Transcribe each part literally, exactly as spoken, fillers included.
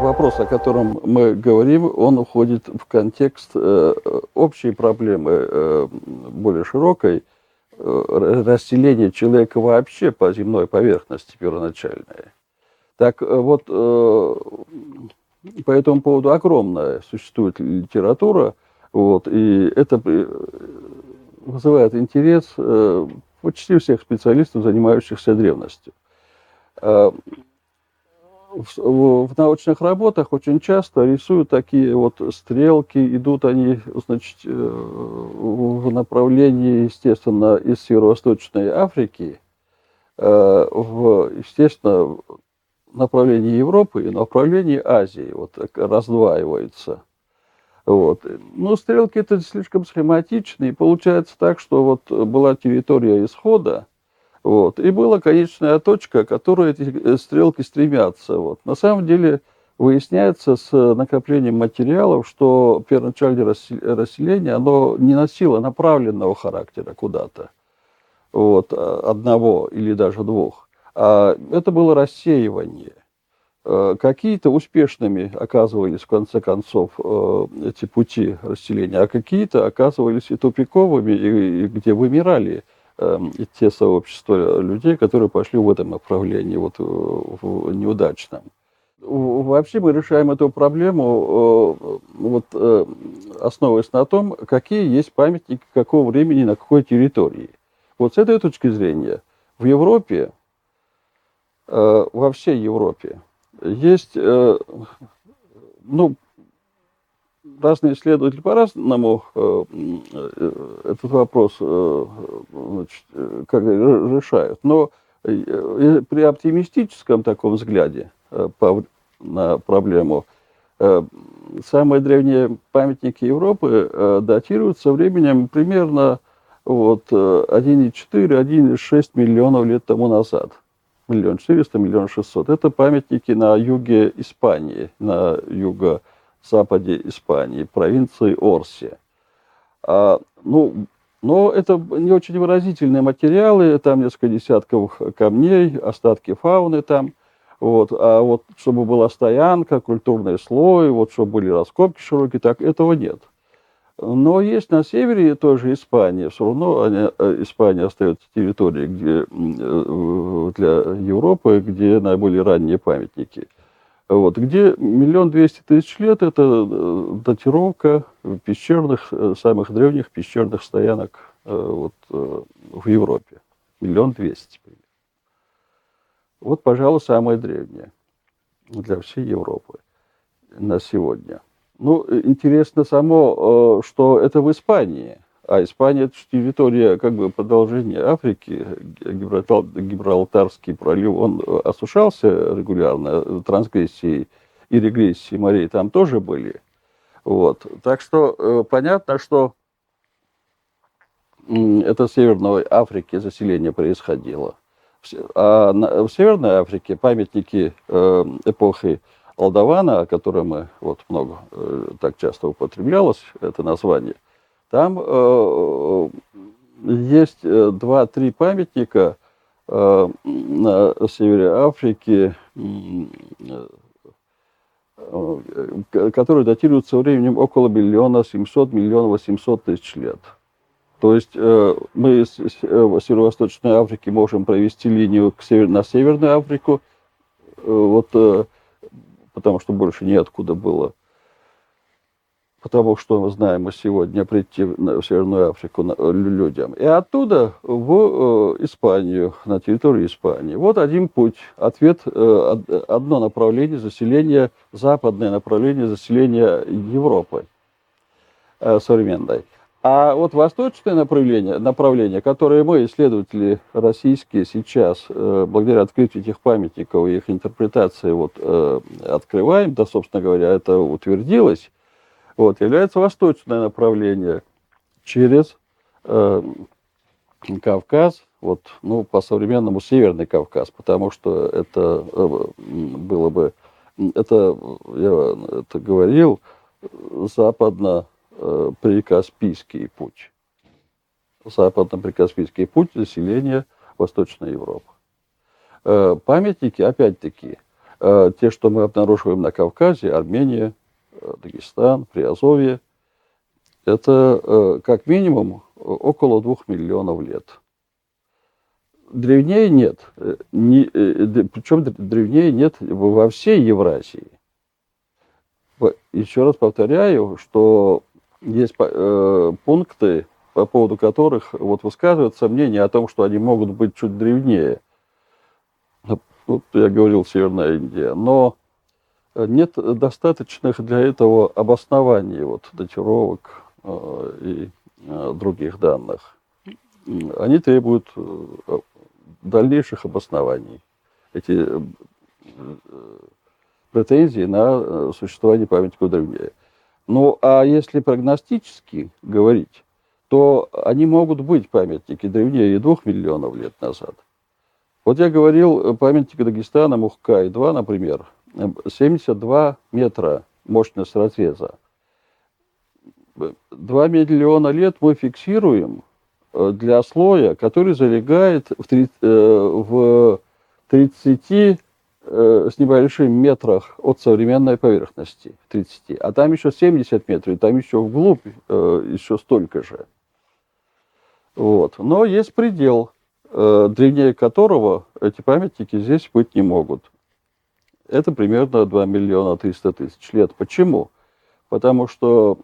вопрос, о котором мы говорим, он уходит в контекст э, общей проблемы, э, более широкой, э, расселения человека вообще по земной поверхности первоначальной. Так вот, э, по этому поводу огромная существует литература, вот, и это вызывает интерес э, почти всех специалистов, занимающихся древностью. В, в научных работах очень часто рисуют такие вот стрелки, идут они, значит, в направлении, естественно, из Северо-Восточной Африки, в, естественно, направлении Европы и направлении Азии, вот так раздваиваются. Вот. Но стрелки это слишком схематичны, и получается так, что вот была территория исхода, вот, и была конечная точка, к которой эти стрелки стремятся. Вот. На самом деле выясняется с накоплением материалов, что первоначальное расселение, оно не носило направленного характера куда-то, вот, одного или даже двух, а это было рассеивание. Какие-то успешными оказывались, в конце концов, эти пути расселения, а какие-то оказывались и тупиковыми, и где вымирали и те сообщества людей, которые пошли в этом направлении, вот, в неудачном. Вообще мы решаем эту проблему, вот, основываясь на том, какие есть памятники какого времени, на какой территории. Вот с этой точки зрения в Европе, во всей Европе, есть, ну, разные исследователи по-разному этот вопрос, значит, как решают. Но при оптимистическом таком взгляде на проблему самые древние памятники Европы датируются временем примерно вот один и четыре - один и шесть миллионов лет тому назад. Миллион четыреста, миллион шестьсот. Это памятники на юге Испании, на юго-западе Испании, провинции Орсия. А, ну, но это не очень выразительные материалы, там несколько десятков камней, остатки фауны там. Вот. А вот чтобы была стоянка, культурный слой, вот чтобы были раскопки широкие, так этого нет. Но есть на севере той же Испании, все равно они, Испания остается территорией где, для Европы, где наиболее ранние памятники. Вот, где миллион двести тысяч лет – это датировка пещерных, самых древних пещерных стоянок вот, в Европе. Миллион двести. Вот, пожалуй, самое древнее для всей Европы на сегодня. Ну, интересно само, что это в Испании. А Испания – это территория, как бы, продолжения Африки. Гибралтарский пролив, он осушался регулярно, трансгрессии и регрессии морей там тоже были. Вот. Так что понятно, что это в Северной Африке заселение происходило. А в Северной Африке памятники эпохи Алдована, о котором мы вот много э, так часто употреблялось, это название, там э, есть два-три памятника э, на севере Африки, э, которые датируются временем около миллиона семьсот, миллиона восемьсот тысяч лет. То есть э, мы из Северо-Восточной Африки можем провести линию к север, на Северную Африку, э, вот, э, потому что больше неоткуда было. Потому что мы знаем, мы сегодня прийти в Северную Африку людям. И оттуда в Испанию, на территорию Испании. Вот один путь. Ответ, одно направление заселения, западное направление заселения Европы современной. А вот восточное направление, направление, которое мы, исследователи российские, сейчас, благодаря открытию этих памятников и их интерпретации, вот, открываем, да, собственно говоря, это утвердилось, вот, является восточное направление через э, Кавказ, вот, ну, по-современному Северный Кавказ, потому что это э, было бы, это, я это говорил, западно Прикаспийский путь. Западно-Прикаспийский путь заселения Восточной Европы. Памятники, опять-таки, те, что мы обнаруживаем на Кавказе, Армения, Дагестан, Приазовье, это как минимум около двух миллионов лет. Древнее нет. Не, причем древнее нет во всей Евразии. Еще раз повторяю, что есть пункты, по поводу которых вот высказывают сомнения о том, что они могут быть чуть древнее. Вот я говорил, Северная Индия. Но нет достаточных для этого обоснований, вот, датировок э, и э, других данных. Они требуют э, дальнейших обоснований. Эти э, претензии на существование памятников древнее. Ну, а если прогностически говорить, то они могут быть памятники древнее и двух миллионов лет назад. Вот я говорил, памятник Дагестана Мухкай-два, например, семьдесят два метра мощность разреза. два миллиона лет мы фиксируем для слоя, который залегает в тридцати с небольшим метрах от современной поверхности. тридцати. А там еще семьдесят метров, и там еще вглубь еще столько же. Вот. Но есть предел, древнее которого эти памятники здесь быть не могут. Это примерно два миллиона триста тысяч лет. Почему? Потому что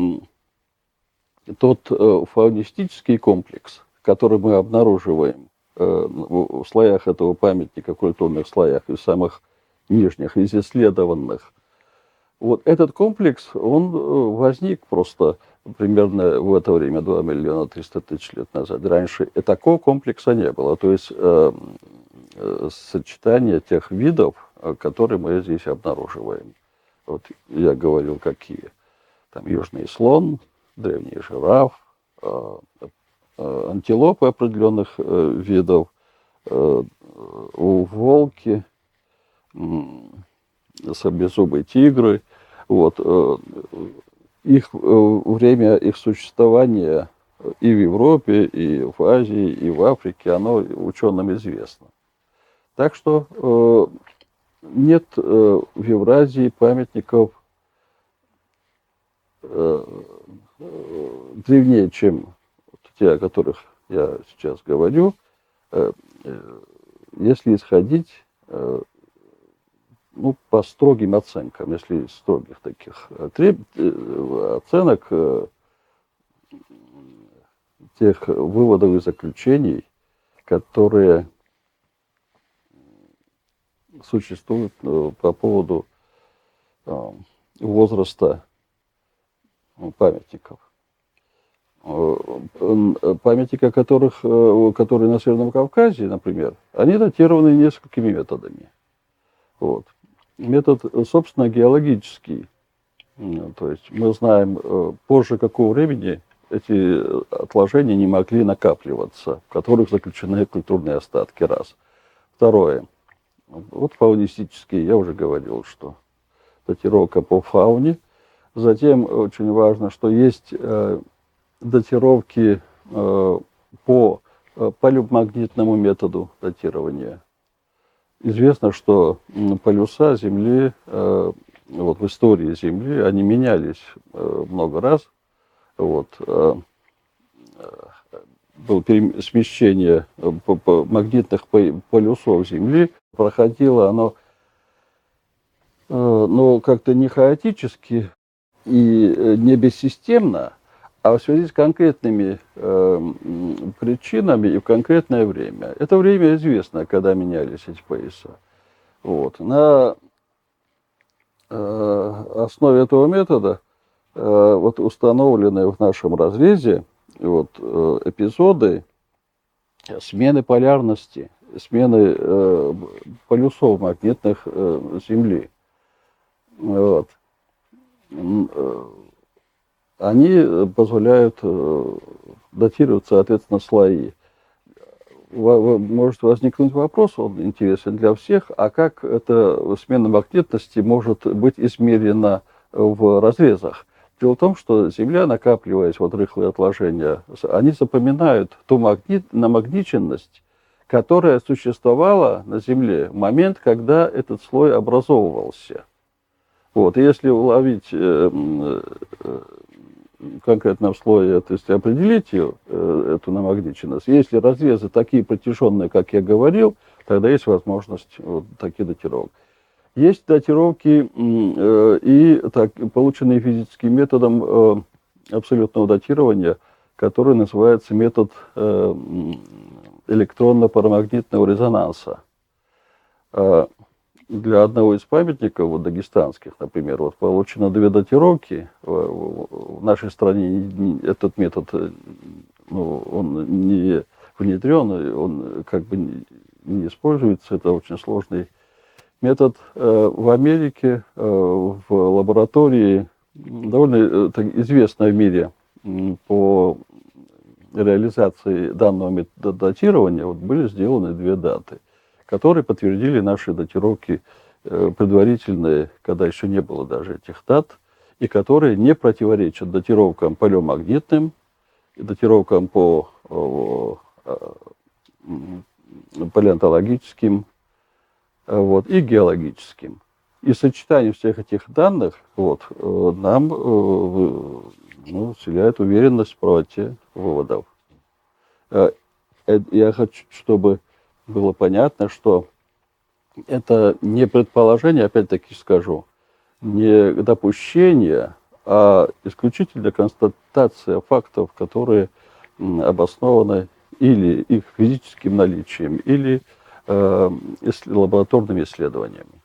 тот фаунистический комплекс, который мы обнаруживаем в слоях этого памятника, в культурных слоях, и самых нижних, из исследованных, вот этот комплекс, он возник просто примерно в это время, два миллиона триста тысяч лет назад. Раньше и такого комплекса не было. То есть э, э, сочетание тех видов, которые мы здесь обнаруживаем. Вот я говорил, какие. Там южный слон, древний жираф, э, э, антилопы определенных э, видов, э, волки, э, саблезубые тигры. Вот, э, их время их существования и в Европе, и в Азии, и в Африке, оно ученым известно. Так что э, нет э, в Евразии памятников э, э, древнее, чем те, о которых я сейчас говорю, э, э, если исходить э, ну, по строгим оценкам, если строгих таких треб... оценок, тех выводов и заключений, которые существуют по поводу возраста памятников. Памятники, которых, которые на Северном Кавказе, например, они датированы несколькими методами. Вот. Метод, собственно, геологический. То есть мы знаем, позже какого времени эти отложения не могли накапливаться, в которых заключены культурные остатки. Раз. Второе. Вот фаунистический, я уже говорил, что датировка по фауне. Затем очень важно, что есть э, датировки э, по э, полюмагнитному методу датирования. Известно, что полюса Земли, э, вот в истории Земли, они менялись э, много раз. Вот, э, было смещение по, по магнитных полюсов Земли. Проходило оно э, но как-то не хаотически и не бессистемно, а в связи с конкретными э, причинами и в конкретное время. Это время известно, когда менялись эти пояса. Вот. На э, основе этого метода э, вот установлены в нашем разрезе вот, э, эпизоды смены полярности, смены э, полюсов магнитных э, Земли. Вот. Они позволяют датировать, соответственно, слои. Может возникнуть вопрос, он интересен для всех, а как эта смена магнитности может быть измерена в разрезах? Дело в том, что Земля, накапливаясь вот рыхлые отложения, они запоминают ту магнит, намагниченность, которая существовала на Земле в момент, когда этот слой образовывался. Вот. И если уловить э, э, в конкретном слое, то есть определить ее, э, эту намагниченность, если разрезы такие протяженные, как я говорил, тогда есть возможность вот таких датировок. Есть датировки э, и так, полученные физическим методом э, абсолютного датирования, который называется метод э, электронно-парамагнитного резонанса. Э, для одного из памятников, вот, дагестанских, например, вот, получено две датировки. В, в нашей стране этот метод, ну, он не внедрен, он как бы не, не используется, это очень сложный метод. В Америке в лаборатории, довольно известной в мире по реализации данного метода датирования, вот, были сделаны две даты, которые подтвердили наши датировки предварительные, когда еще не было даже этих дат, и которые не противоречат датировкам палеомагнитным, датировкам по палеонтологическим, вот, и геологическим. И сочетание всех этих данных вот, нам ну, вселяет уверенность в правоте выводов. Я хочу, чтобы было понятно, что это не предположение, опять-таки скажу, не допущение, а исключительно констатация фактов, которые обоснованы или их физическим наличием, или э, лабораторными исследованиями.